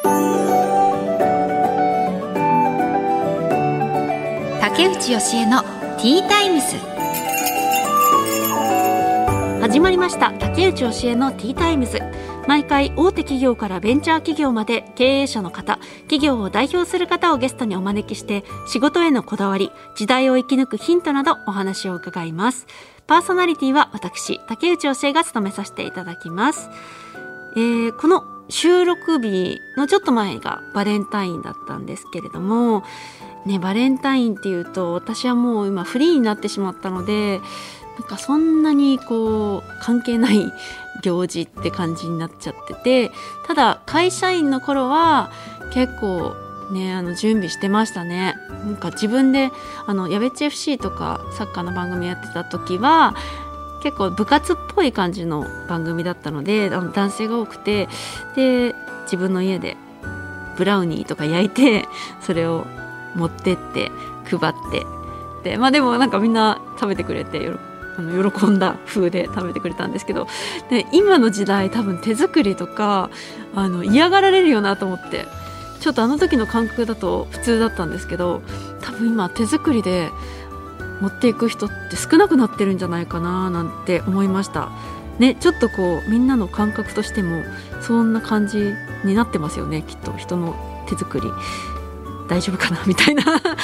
竹内義恵のティータイムス。始まりました。竹内義恵のティータイムズ。毎回大手企業からベンチャー企業まで経営者の方、企業を代表する方をゲストにお招きして仕事へのこだわり、時代を生き抜くヒントなどお話を伺います。パーソナリティは私竹内義恵が務めさせていただきます。この収録日のちょっと前がバレンタインだったんですけれどもね、バレンタインっていうと私はもう今フリーになってしまったので、なんかそんなにこう関係ない行事って感じになっちゃってて、ただ会社員の頃は結構ね準備してましたね。なんか自分でやべっち FC とかサッカーの番組やってた時は結構部活っぽい感じの番組だったので、男性が多くて、で自分の家でブラウニーとか焼いてそれを持ってって配ってで、でもなんかみんな食べてくれて喜んだ風で食べてくれたんですけど、で今の時代多分手作りとか嫌がられるよなと思って、ちょっと時の感覚だと普通だったんですけど、多分今手作りで持っていく人って少なくなってるんじゃないかななんて思いましたね。ちょっとこうみんなの感覚としてもそんな感じになってますよね。きっと人の手作り大丈夫かなみたいな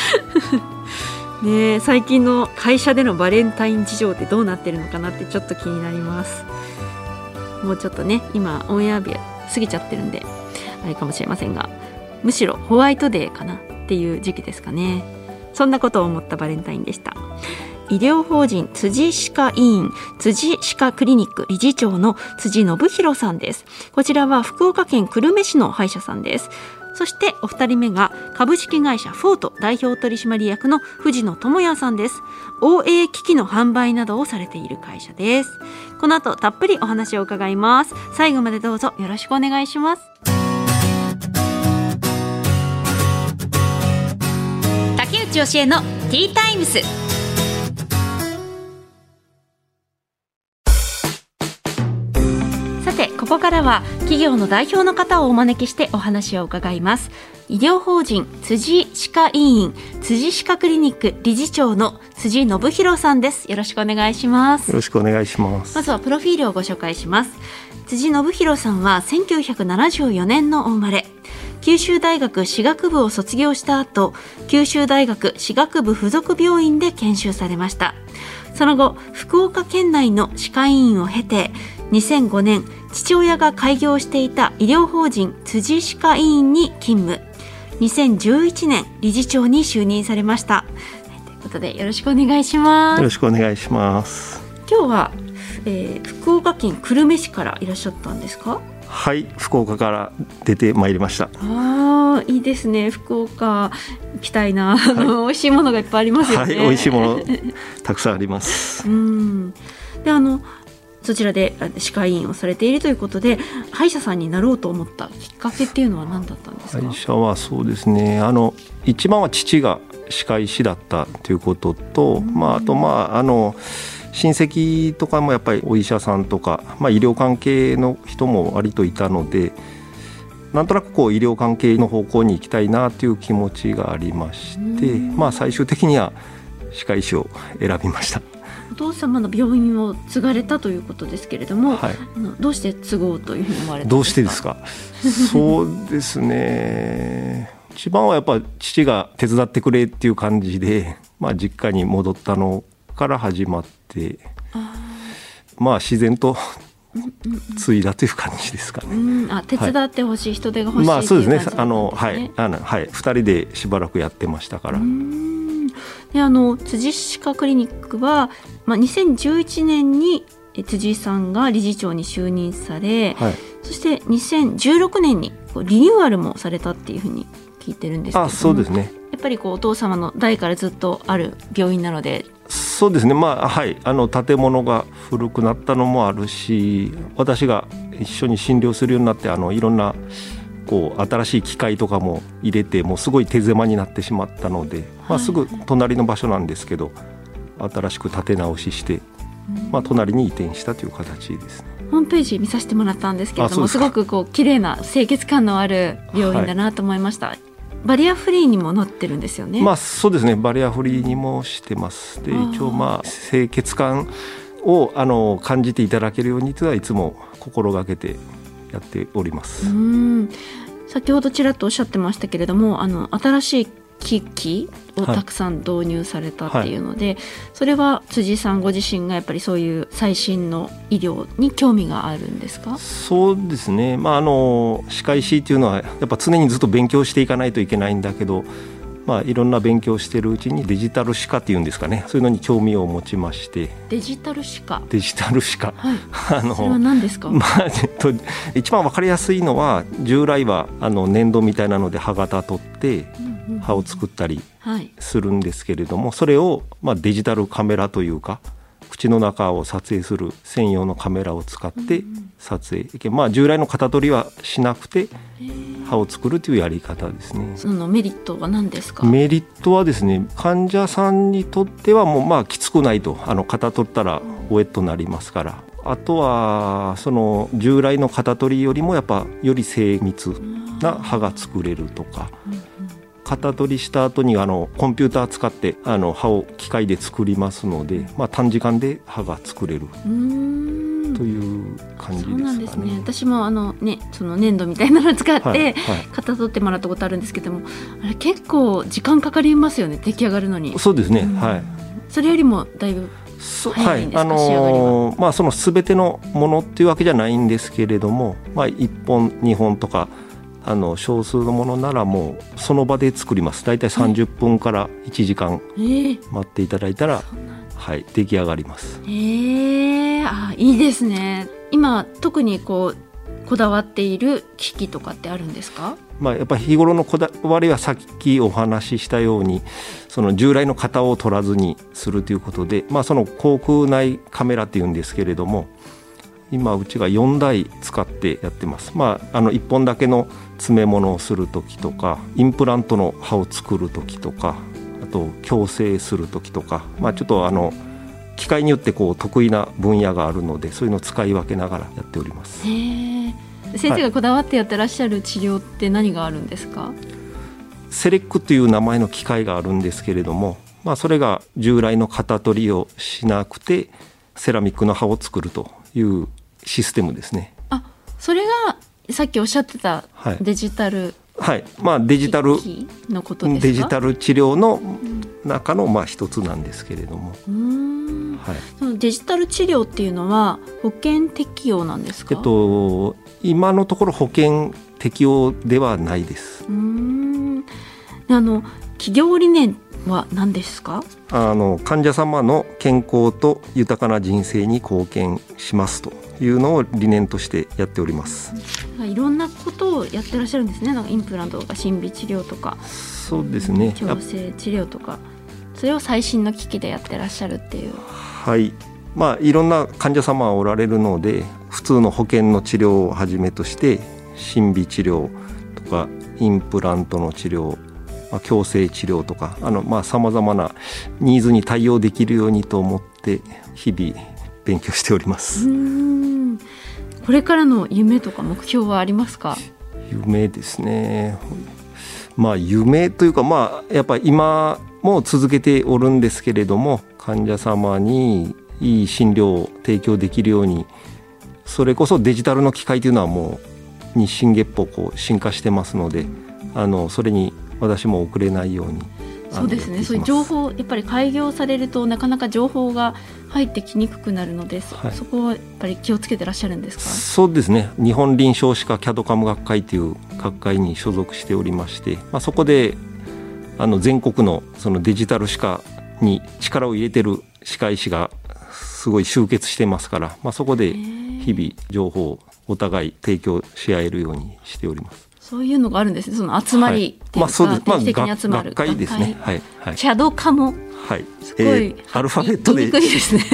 ね、最近の会社でのバレンタイン事情ってどうなってるのかなってちょっと気になります。もうちょっとね今オンエア日過ぎちゃってるんであれかもしれませんが、むしろホワイトデーかなっていう時期ですかね。そんなことを思ったバレンタインでした。医療法人辻歯科医院辻歯科クリニック理事長の辻信弘さんです。こちらは福岡県久留米市の歯医者さんです。そしてお二人目が株式会社フォート代表取締役の藤野智也さんです。 OA 機器の販売などをされている会社です。この後たっぷりお話を伺います。最後までどうぞよろしくお願いします。竹内義恵のティータイムス。ここからは企業の代表の方をお招きしてお話を伺います。医療法人辻歯科医院辻歯科クリニック理事長の辻信弘さんです。よろしくお願いします。 よろしくお願いします。 まずはプロフィールをご紹介します。辻信弘さんは1974年のお生まれ、九州大学歯学部を卒業した後、九州大学歯学部附属病院で研修されました。その後福岡県内の歯科医院を経て2005年父親が開業していた医療法人辻歯科医院に勤務、2011年理事長に就任されました。ということでよろしくお願いします。 よろしくお願いします。 今日は、福岡県久留米市からいらっしゃったんですか？ はい、福岡から出てまいりました。 いいですね。福岡行きたいな、美味しいものがいっぱいありますよね。 美味しいものたくさんありますでそちらで歯科医院をされているということで、歯医者さんになろうと思ったきっかけっていうのは何だったんですか？ 歯医者はそうですね、一番は父が歯科医師だったということと、あと親戚とかもやっぱりお医者さんとか、医療関係の人も割といたので、なんとなく医療関係の方向に行きたいなという気持ちがありまして、最終的には歯科医師を選びました。 お父様の病院を継がれたということですけれども、どうして継ごうというふうに思われたんですか？ どうしてですか？そうですね、一番はやっぱ父が手伝ってくれっていう感じで、実家に戻ったのから始まって、自然と継いだという感じですかね。 手伝ってほしい、人手が欲しいっていう感じそうですね。 2 人でしばらくやってましたから。 で辻歯科クリニックは、2011年に辻さんが理事長に就任され、そして2016年にリニューアルもされたっていうふうに聞いてるんですけども。 そうですね。 やっぱりお父様の代からずっとある病院なので。 そうですね、建物が古くなったのもあるし、私が一緒に診療するようになっていろんな新しい機械とかも入れて、もうすごい手狭になってしまったので、すぐ隣の場所なんですけど新しく建て直しして、隣に移転したという形ですね。 ホームページ見させてもらったんですけれども、すごくこう綺麗な清潔感のある病院だなと思いました、バリアフリーにもなってるんですよね。 そうですね、バリアフリーにもしてます。で一応清潔感を感じていただけるようにというのはいつも心がけてやっております。 先ほどちらっとおっしゃってましたけれども、新しい機器をたくさん導入されたっていうので、それは辻さんご自身がやっぱりそういう最新の医療に興味があるんですか？ そうですね、歯科医師というのはやっぱ常にずっと勉強していかないといけないんだけど、いろんな勉強しているうちにデジタル歯科っていうんですかね、そういうのに興味を持ちまして。 デジタル歯科、 デジタル歯科、 それは何ですか？ 一番分かりやすいのは、従来は粘土みたいなので歯型取って歯を作ったりするんですけれども、それをデジタルカメラというか口の中を撮影する専用のカメラを使って撮影、従来の型取りはしなくて歯を作るというやり方ですね。 そのメリットは何ですか？ メリットはですね、患者さんにとってはもうきつくないと、型取ったらウェットになりますから。あとはその従来の型取りよりもやっぱより精密な歯が作れるとか、型取りした後にコンピューター使って歯を機械で作りますので、短時間で歯が作れるという感じですかね。そうなんですね。 私もその粘土みたいなのを使って型取ってもらったことあるんですけども、あれ結構時間かかりますよね、出来上がるのに。 そうですね、 それよりもだいぶ早いんですか？仕上がりは。 その全てのものっていうわけじゃないんですけれども、1本2本とか少数のものならもうその場で作ります。だいたい30分から1時間待っていただいたら、出来上がります。 いいですね。今特にこだわっている機器とかってあるんですか？ やっぱり日頃のこだわりはさっきお話ししたように、その従来の型を取らずにするということで、その口腔内カメラっていうんですけれども、今うちが4台使ってやってます。1本だけの詰め物をするときとか、インプラントの歯を作るときとか、あと矯正するときとか、ちょっと機械によって得意な分野があるので、そういうのを使い分けながらやっております。 先生がこだわってやってらっしゃる治療って何があるんですか？ セレックという名前の機械があるんですけれども、それが従来の型取りをしなくてセラミックの歯を作るというシステムですね。 それがさっきおっしゃってたデジタル、 デジタルのことですか？ デジタル治療の中の一つなんですけれども、 そのデジタル治療っていうのは保険適用なんですか？ 今のところ保険適用ではないです。 企業理念は何ですか？ 患者様の健康と豊かな人生に貢献しますというのを理念としてやっております。 いろんなことをやってらっしゃるんですね。インプラントとか審美治療とか、 そうですね、 矯正治療とか、それを最新の機器でやってらっしゃるっていう。 いろんな患者様がおられるので、普通の保険の治療をはじめとして審美治療とかインプラントの治療、矯正治療とかさまざまなニーズに対応できるようにと思って日々勉強しております。 これからの夢とか目標はありますか？ 夢ですね、夢というか、やっぱり今も続けておるんですけれども、患者様にいい診療を提供できるように、それこそデジタルの機械というのはもう日進月歩進化してますので、それに私も遅れないように。 そうですね、そういう情報、やっぱり開業されるとなかなか情報が入ってきにくくなるので、そこはやっぱり気をつけてらっしゃるんですか？ そうですね、日本臨床歯科キャドカム学会という学会に所属しておりまして、そこで全国のそのデジタル歯科に力を入れてる歯科医師がすごい集結してますから、そこで日々情報をお互い提供し合えるようにしております。 そういうのがあるんですね。その集まりっていうか、定期的に集まる学会ですね。 キャドカモ、 すごいアルファベットで言いにくいですね。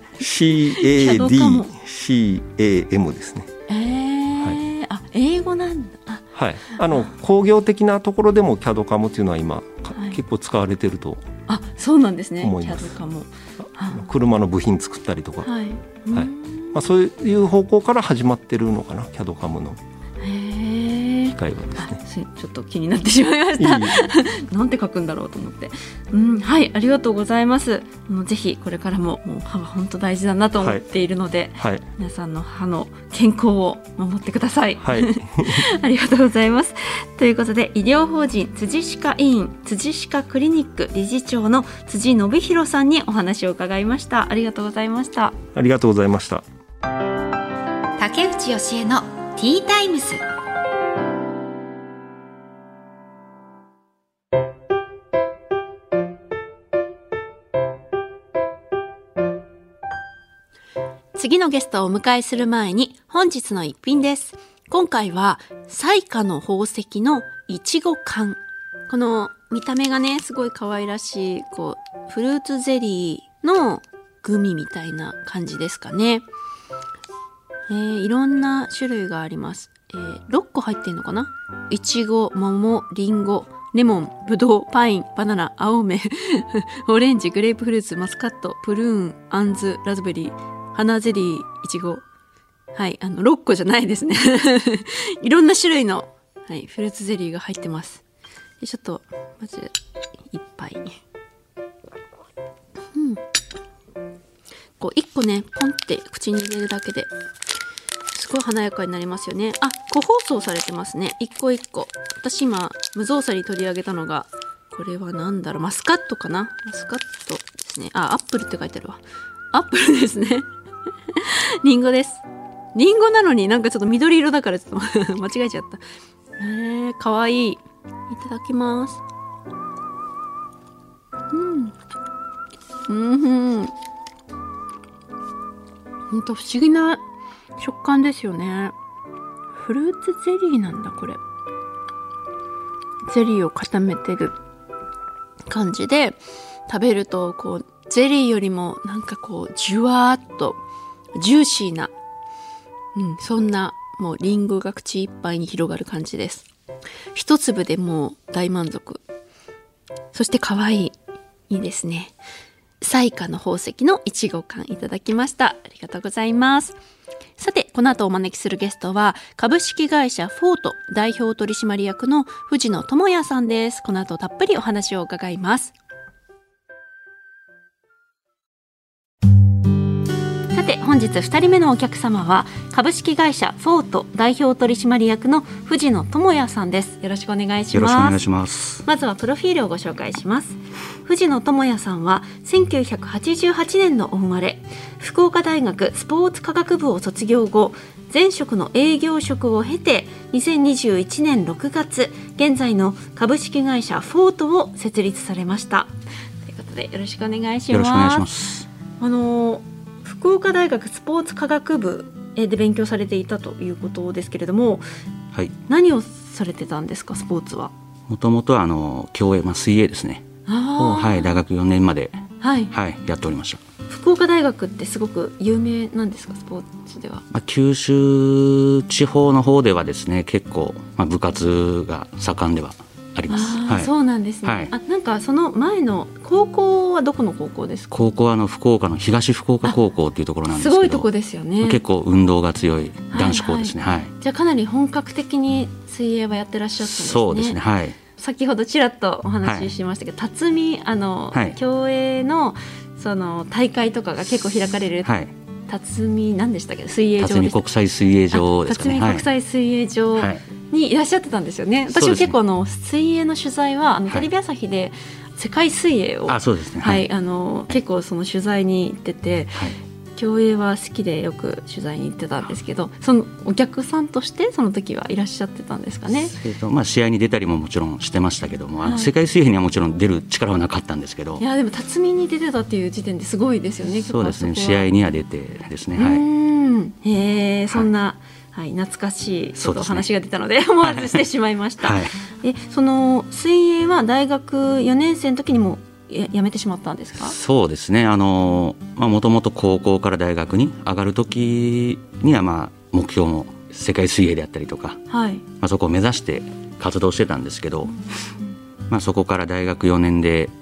CADCAM ですね。 英語なんだ。 工業的なところでもキャドカムっていうのは今結構使われてるとあ、そうなんですね。 思います。 CAD かも。 車の部品作ったりとか、 はい、 そういう方向から始まってるのかな、CAD カムの機械はですね。 ちょっと気になってしまいましたなんて書くんだろうと思って、はい、ありがとうございます。ぜひこれからも、もう歯は本当大事だなと思っているので、はい、皆さんの歯の健康を守ってください、はい、ありがとうございます。ということで、医療法人辻歯科医院辻歯科クリニック理事長の辻信弘さんにお話を伺いました。ありがとうございました。 ありがとうございました。 竹内義恵のティータイムズ。次のゲストをお迎えする前に本日の一品です。今回は彩花の宝石のいちご缶。この見た目がね、すごい可愛らしいフルーツゼリーのグミみたいな感じですかね。いろんな種類があります。6個入ってんのかな。いちご、桃、りんご、レモン、ぶどう、パイン、バナナ、青梅オレンジ、グレープフルーツ、マスカット、プルーン、あんず、ラズベリー、花ゼリー、いちご。はい、6個じゃないですねいろんな種類の、はい、フルーツゼリーが入ってます。で、ちょっとまず一杯、1個ね、ポンって口に入れるだけですごい華やかになりますよね。あ、個包装されてますね、一個一個。私今無造作に取り上げたのが、これはなんだろう、マスカットかな。マスカットですね。アップルって書いてあるわ。アップルですねリンゴです。リンゴなのになんかちょっと緑色だからちょっと間違えちゃった。かわいい。いただきます。ほんと不思議な食感ですよね。フルーツゼリーなんだこれ。ゼリーを固めてる感じで食べると、ゼリーよりもなんかじゅわーっとジューシーな、そんなもうリンゴが口いっぱいに広がる感じです。一粒でもう大満足。そして可愛い。いいですね。彩花の宝石のいちご缶いただきました。ありがとうございます。さて、この後お招きするゲストは株式会社フォート代表取締役の藤野智也さんです。この後たっぷりお話を伺います。さて、本日2人目のお客様は株式会社フォート代表取締役の藤野智也さんです。よろしくお願いします。 よろしくお願いします。 まずはプロフィールをご紹介します。藤野智也さんは1988年のお生まれ、福岡大学スポーツ科学部を卒業後、前職の営業職を経て2021年6月現在の株式会社フォートを設立されました。ということでよろしくお願いします。 よろしくお願いします。 福岡大学スポーツ科学部で勉強されていたということですけれども、 はい、 何をされてたんですか？スポーツはもともと競泳、水泳ですねを、大学4年まで、やっておりました。 福岡大学ってすごく有名なんですか？スポーツでは。 九州地方の方ではですね、結構、部活が盛んではあります。 そうなんですね。なんかその前の高校はどこの高校ですか？ 高校は福岡の東福岡高校っていうところなんですけど、 すごいとこですよね。 結構運動が強い男子校ですね。 じゃあかなり本格的に水泳はやってらっしゃったんですね。 そうですね。 先ほどちらっとお話ししましたけど、辰巳競泳のその大会とかが結構開かれる、辰巳何でしたっけ？水泳場でした。 辰巳国際水泳場ですかね。 辰巳国際水泳場にいらっしゃってたんですよね。私は結構水泳の取材はテレビ朝日で世界水泳を、結構その取材に行ってて、競泳は好きでよく取材に行ってたんですけど、そのお客さんとしてその時はいらっしゃってたんですかね。 試合に出たりももちろんしてましたけども、世界水泳にはもちろん出る力はなかったんですけど、 いやでも辰巳に出てたっていう時点ですごいですよね。 そうですね。試合には出てですね。 そんな、懐かしいちょっとお話が出たので思わずしてしまいました。その水泳は大学4年生の時にもやめてしまったんですか？ そうですね。もともと高校から大学に上がる時には目標も世界水泳であったりとか、そこを目指して活動してたんですけど、そこから大学4年で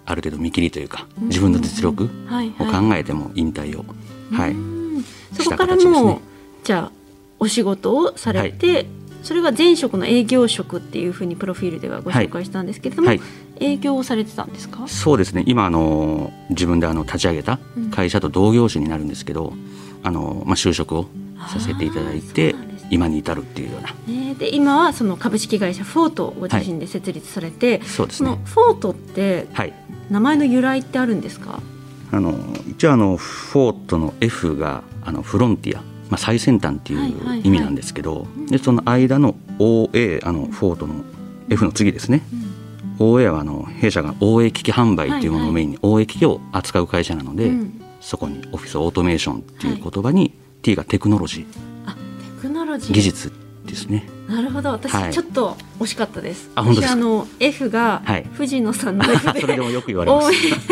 ある程度見切りというか、自分の実力を考えても引退を、 そこからもうじゃあお仕事をされて、それは前職の営業職っていうふうにプロフィールではご紹介したんですけれども、営業をされてたんですか？ そうですね、今自分で立ち上げた会社と同業種になるんですけど、就職をさせていただいて、今に至るっていうような、 で今はその株式会社フォートをご自身で設立されて、 そうですね、 そのフォートって名前の由来ってあるんですか？ 一応フォートの F がフロンティア、最先端っていう意味なんですけど、でその間の OA、フォートの F の次ですね、OA は弊社が OA 機器販売っていうものをメインに OA 機器を扱う会社なので、そこにオフィスオートメーションっていう言葉に T がテクノロジー、技術ですね。 なるほど、私ちょっと惜しかったです。 本当ですか？ F が藤野さんの F でそれでもよく言われます。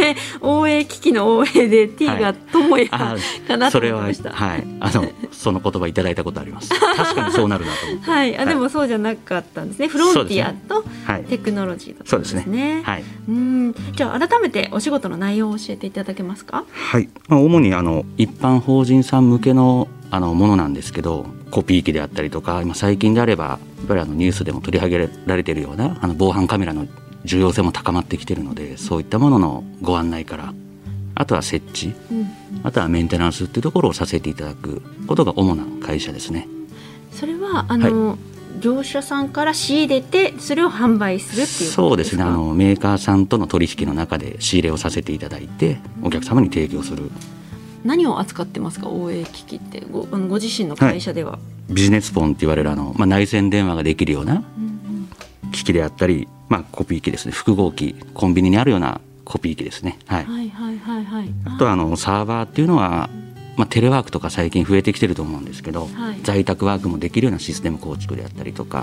OA 機器の OA で T が智也かなと思いました。 その言葉いただいたことあります。確かにそうなるなと思って。 でもそうじゃなかったんですね。フロンティアとテクノロジーだったんですね。そうですね。じゃあ改めてお仕事の内容を教えていただけますか？ はい。主に一般法人さん向けのものなんですけど、コピー機であったりとか、今最近であればやっぱりニュースでも取り上げられているような防犯カメラの重要性も高まってきているので、そういったもののご案内から、あとは設置、あとはメンテナンスっていうところをさせていただくことが主な会社ですね。 それは業者さんから仕入れてそれを販売するっていうことですか？ そうですね、メーカーさんとの取引の中で仕入れをさせていただいてお客様に提供する。 何を扱ってますか？ OA 機器ってご自身の会社では、 ビジネスフォンって言われる内線電話ができるような機器であったり、コピー機ですね、複合機、コンビニにあるようなコピー機ですね。あとはサーバーっていうのは、テレワークとか最近増えてきてると思うんですけど、在宅ワークもできるようなシステム構築であったりとか、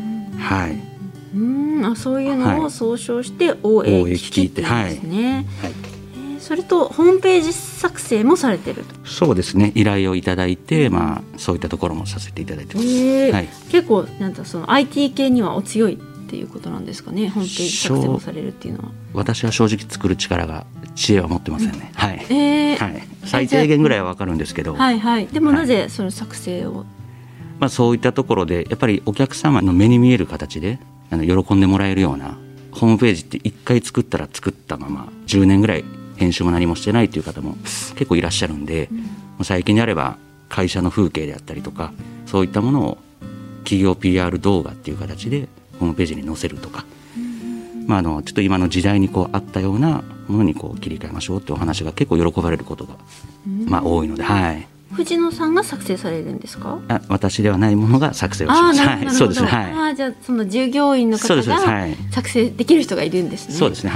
そういうのを総称して OA 機器って言うんですね。それとホームページ作成もされてると？ そうですね、依頼をいただいて、そういったところもさせていただいてます。 結構その IT 系にはお強いっていうことなんですかね？ホームページ作成もされるっていうのは。私は正直作る力が知恵は持ってませんね。最低限ぐらいは分かるんですけど、 でもなぜその作成を、 そういったところでやっぱりお客様の目に見える形で喜んでもらえるようなホームページって1回作ったら作ったまま10年ぐらい編集も何もしてないという方も結構いらっしゃるんで、最近であれば会社の風景であったりとか、そういったものを企業 PR 動画っていう形でホームページに載せるとか、ちょっと今の時代に合ったようなものに切り替えましょうっていうお話が結構喜ばれることが多いので、 藤野さんが作成されるんですか？ 私ではないものが作成をします。そうですね。 じゃあその従業員の方が作成できる人がいるんですね。 そうですね。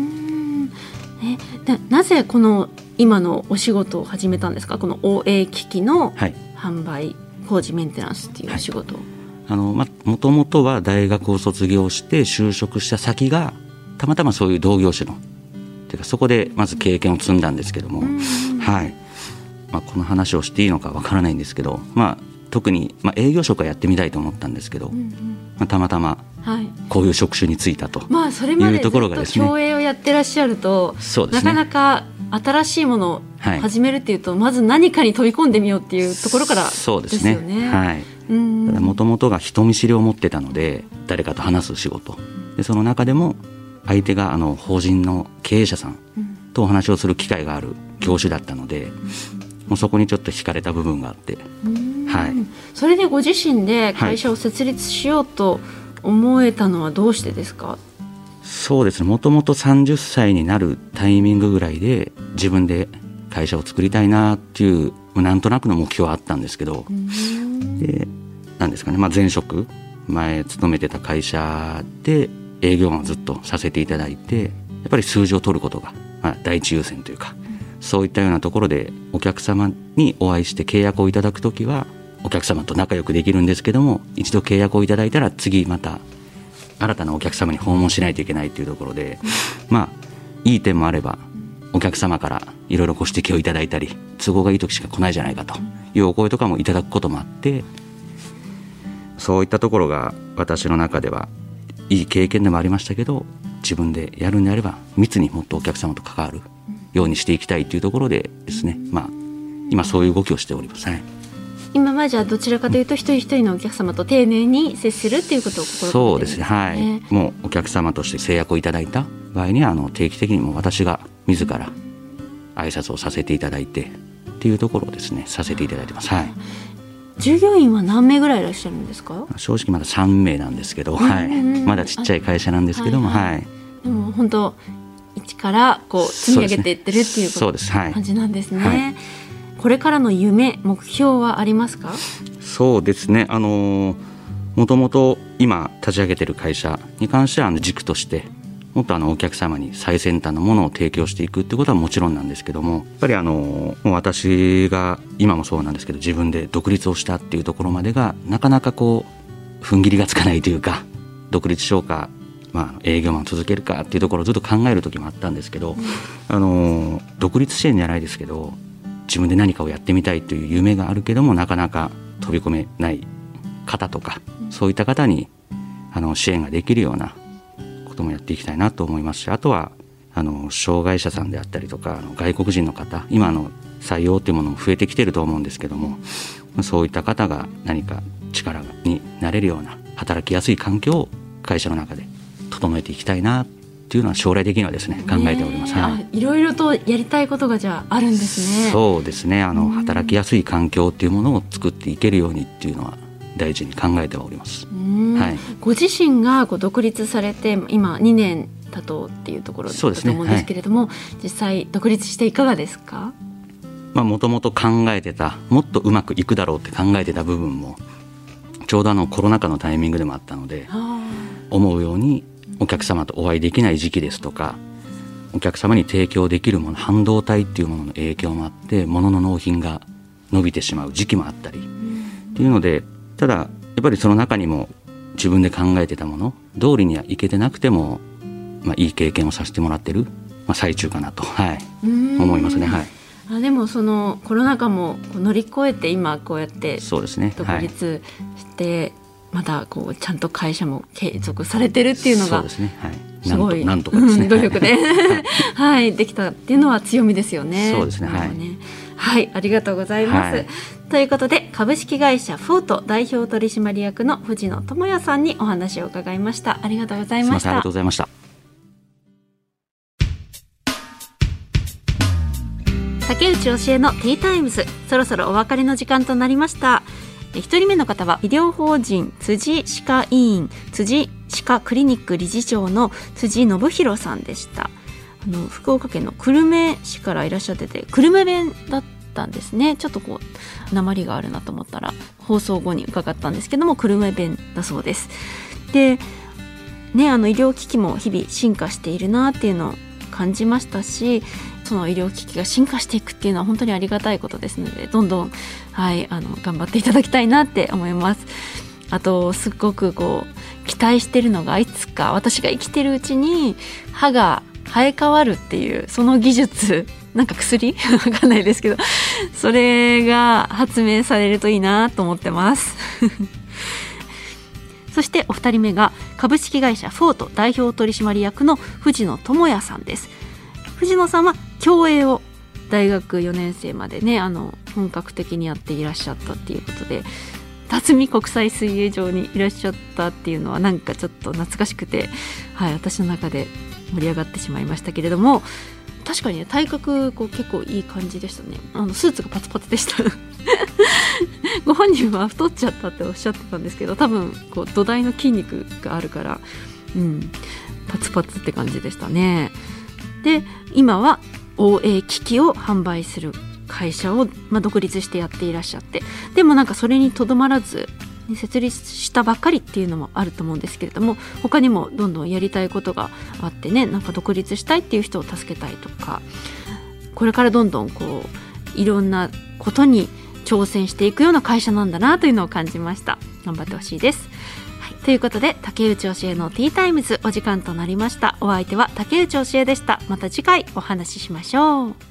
なぜこの今のお仕事を始めたんですか？この OA 機器の販売、工事メンテナンスっていうお仕事。 もともとは大学を卒業して就職した先がたまたまそういう同業種のていうか、そこでまず経験を積んだんですけども、この話をしていいのかわからないんですけど、特に、営業職はやってみたいと思ったんですけど、たまたまこういう職種に就いたというところがですね、 競泳をやってらっしゃると、なかなか新しいものを始めるっていうと、まず何かに飛び込んでみようっていうところからですよね。そうですね。 もともとが人見知りを持ってたので、誰かと話す仕事で、その中でも相手が法人の経営者さんとお話をする機会がある業種だったので、もうそこにちょっと惹かれた部分があって、 それでご自身で会社を設立しようと思えたのはどうしてですか？ そうですね、もともと30歳になるタイミングぐらいで自分で会社を作りたいなっていうなんとなくの目標はあったんですけど、でなんですかね、前職前勤めてた会社で営業マンをずっとさせていただいて、やっぱり数字を取ることが、第一優先というか、そういったようなところでお客様にお会いして契約をいただくときはお客様と仲良くできるんですけども、一度契約をいただいたら次また新たなお客様に訪問しないといけないというところで、いい点もあればお客様からいろいろご指摘をいただいたり、都合がいい時しか来ないじゃないかというお声とかもいただくこともあって、そういったところが私の中ではいい経験でもありましたけど、 自分でやるんであれば密にもっとお客様と関わるようにしていきたいというところでですね、今そういう動きをしております。はい、 今はじゃあどちらかというと一人一人のお客様と丁寧に接するっていうことを心がけているんですね。 そうですね、はい、もうお客様として制約をいただいた場合には定期的にも私が自ら挨拶をさせていただいてっていうところをですねさせていただいてます。はい、 従業員は何名ぐらいいらっしゃるんですか？ 正直まだ3名なんですけど、はい、まだちっちゃい会社なんですけども、はい、 でも本当一からこう積み上げていってるっていう感じなんですね。はい、これからの夢目標はありますか？ そうですね、もともと今立ち上げている会社に関しては軸としてもっとお客様に最先端のものを提供していくっていうことはもちろんなんですけども、やっぱりもう私が今もそうなんですけど自分で独立をしたっていうところまでがなかなかこう踏ん切りがつかないというか、独立しようか、営業マンを続けるかっていうところをずっと考える時もあったんですけど、独立支援じゃないですけど自分で何かをやってみたいという夢があるけどもなかなか飛び込めない方とか、そういった方に支援ができるようなこともやっていきたいなと思いますし、あとは障害者さんであったりとか外国人の方、今採用というものも増えてきていると思うんですけども、そういった方が何か力になれるような働きやすい環境を会社の中で整えていきたいなっていうのは将来的にはですね考えております。 いろいろとやりたいことがじゃああるんですね。 そうですね、働きやすい環境っていうものを作っていけるようにっていうのは大事に考えてはおります。 はい、ご自身が独立されて今2年経とうっていうところだと思うんですけれども、実際独立していかがですか？ もともと考えてた、もっとうまくいくだろうって考えてた部分もちょうどコロナ禍のタイミングでもあったので、思うようにお客様とお会いできない時期ですとか、お客様に提供できるもの、半導体っていうものの影響もあって物の納品が伸びてしまう時期もあったりっていうので、ただやっぱりその中にも自分で考えてたもの通りにはいけてなくても、いい経験をさせてもらってる、最中かなと、思いますね。はい、 でもそのコロナ禍も乗り越えて今こうやって独立してまだちゃんと会社も継続されてるっていうのがすごいなんとかですね、 努力でできたっていうのは強みですよね。 そうですね。 はい、ありがとうございます。ということで株式会社フォート代表取締役の藤野智也さんにお話を伺いました。ありがとうございました。 ありがとうございました。 竹内教えのティータイムズ、そろそろお別れの時間となりました。1人目の方は医療法人辻歯科医院辻歯科クリニック理事長の辻信弘さんでした。福岡県の久留米市からいらっしゃってて、久留米弁だったんですね。ちょっと訛りがあるなと思ったら放送後に伺ったんですけども、久留米弁だそうです。でね、医療機器も日々進化しているなっていうのを感じましたし、その医療機器が進化していくっていうのは本当にありがたいことですので、どんどん、頑張っていただきたいなって思います。あとすごく期待してるのが、いつか私が生きてるうちに歯が生え変わるっていうその技術、なんか薬わかんないですけど、それが発明されるといいなと思ってますそしてお二人目が株式会社フォート代表取締役の藤野智也さんです。藤野さんは競泳を大学4年生までね本格的にやっていらっしゃったっていうことで、辰巳国際水泳場にいらっしゃったっていうのはなんかちょっと懐かしくて、私の中で盛り上がってしまいましたけれども、確かに、体格結構いい感じでしたね。スーツがパツパツでしたご本人は太っちゃったっておっしゃってたんですけど、多分土台の筋肉があるから、パツパツって感じでしたね。で今は OA 機器を販売する会社を、独立してやっていらっしゃって、でもなんかそれにとどまらず設立したばっかりっていうのもあると思うんですけれども、他にもどんどんやりたいことがあってね、なんか独立したいっていう人を助けたいとか、これからどんどんいろんなことに挑戦していくような会社なんだなというのを感じました。頑張ってほしいです。ということで竹内教えのティータイムズ、お時間となりました。お相手は竹内教えでした。また次回お話ししましょう。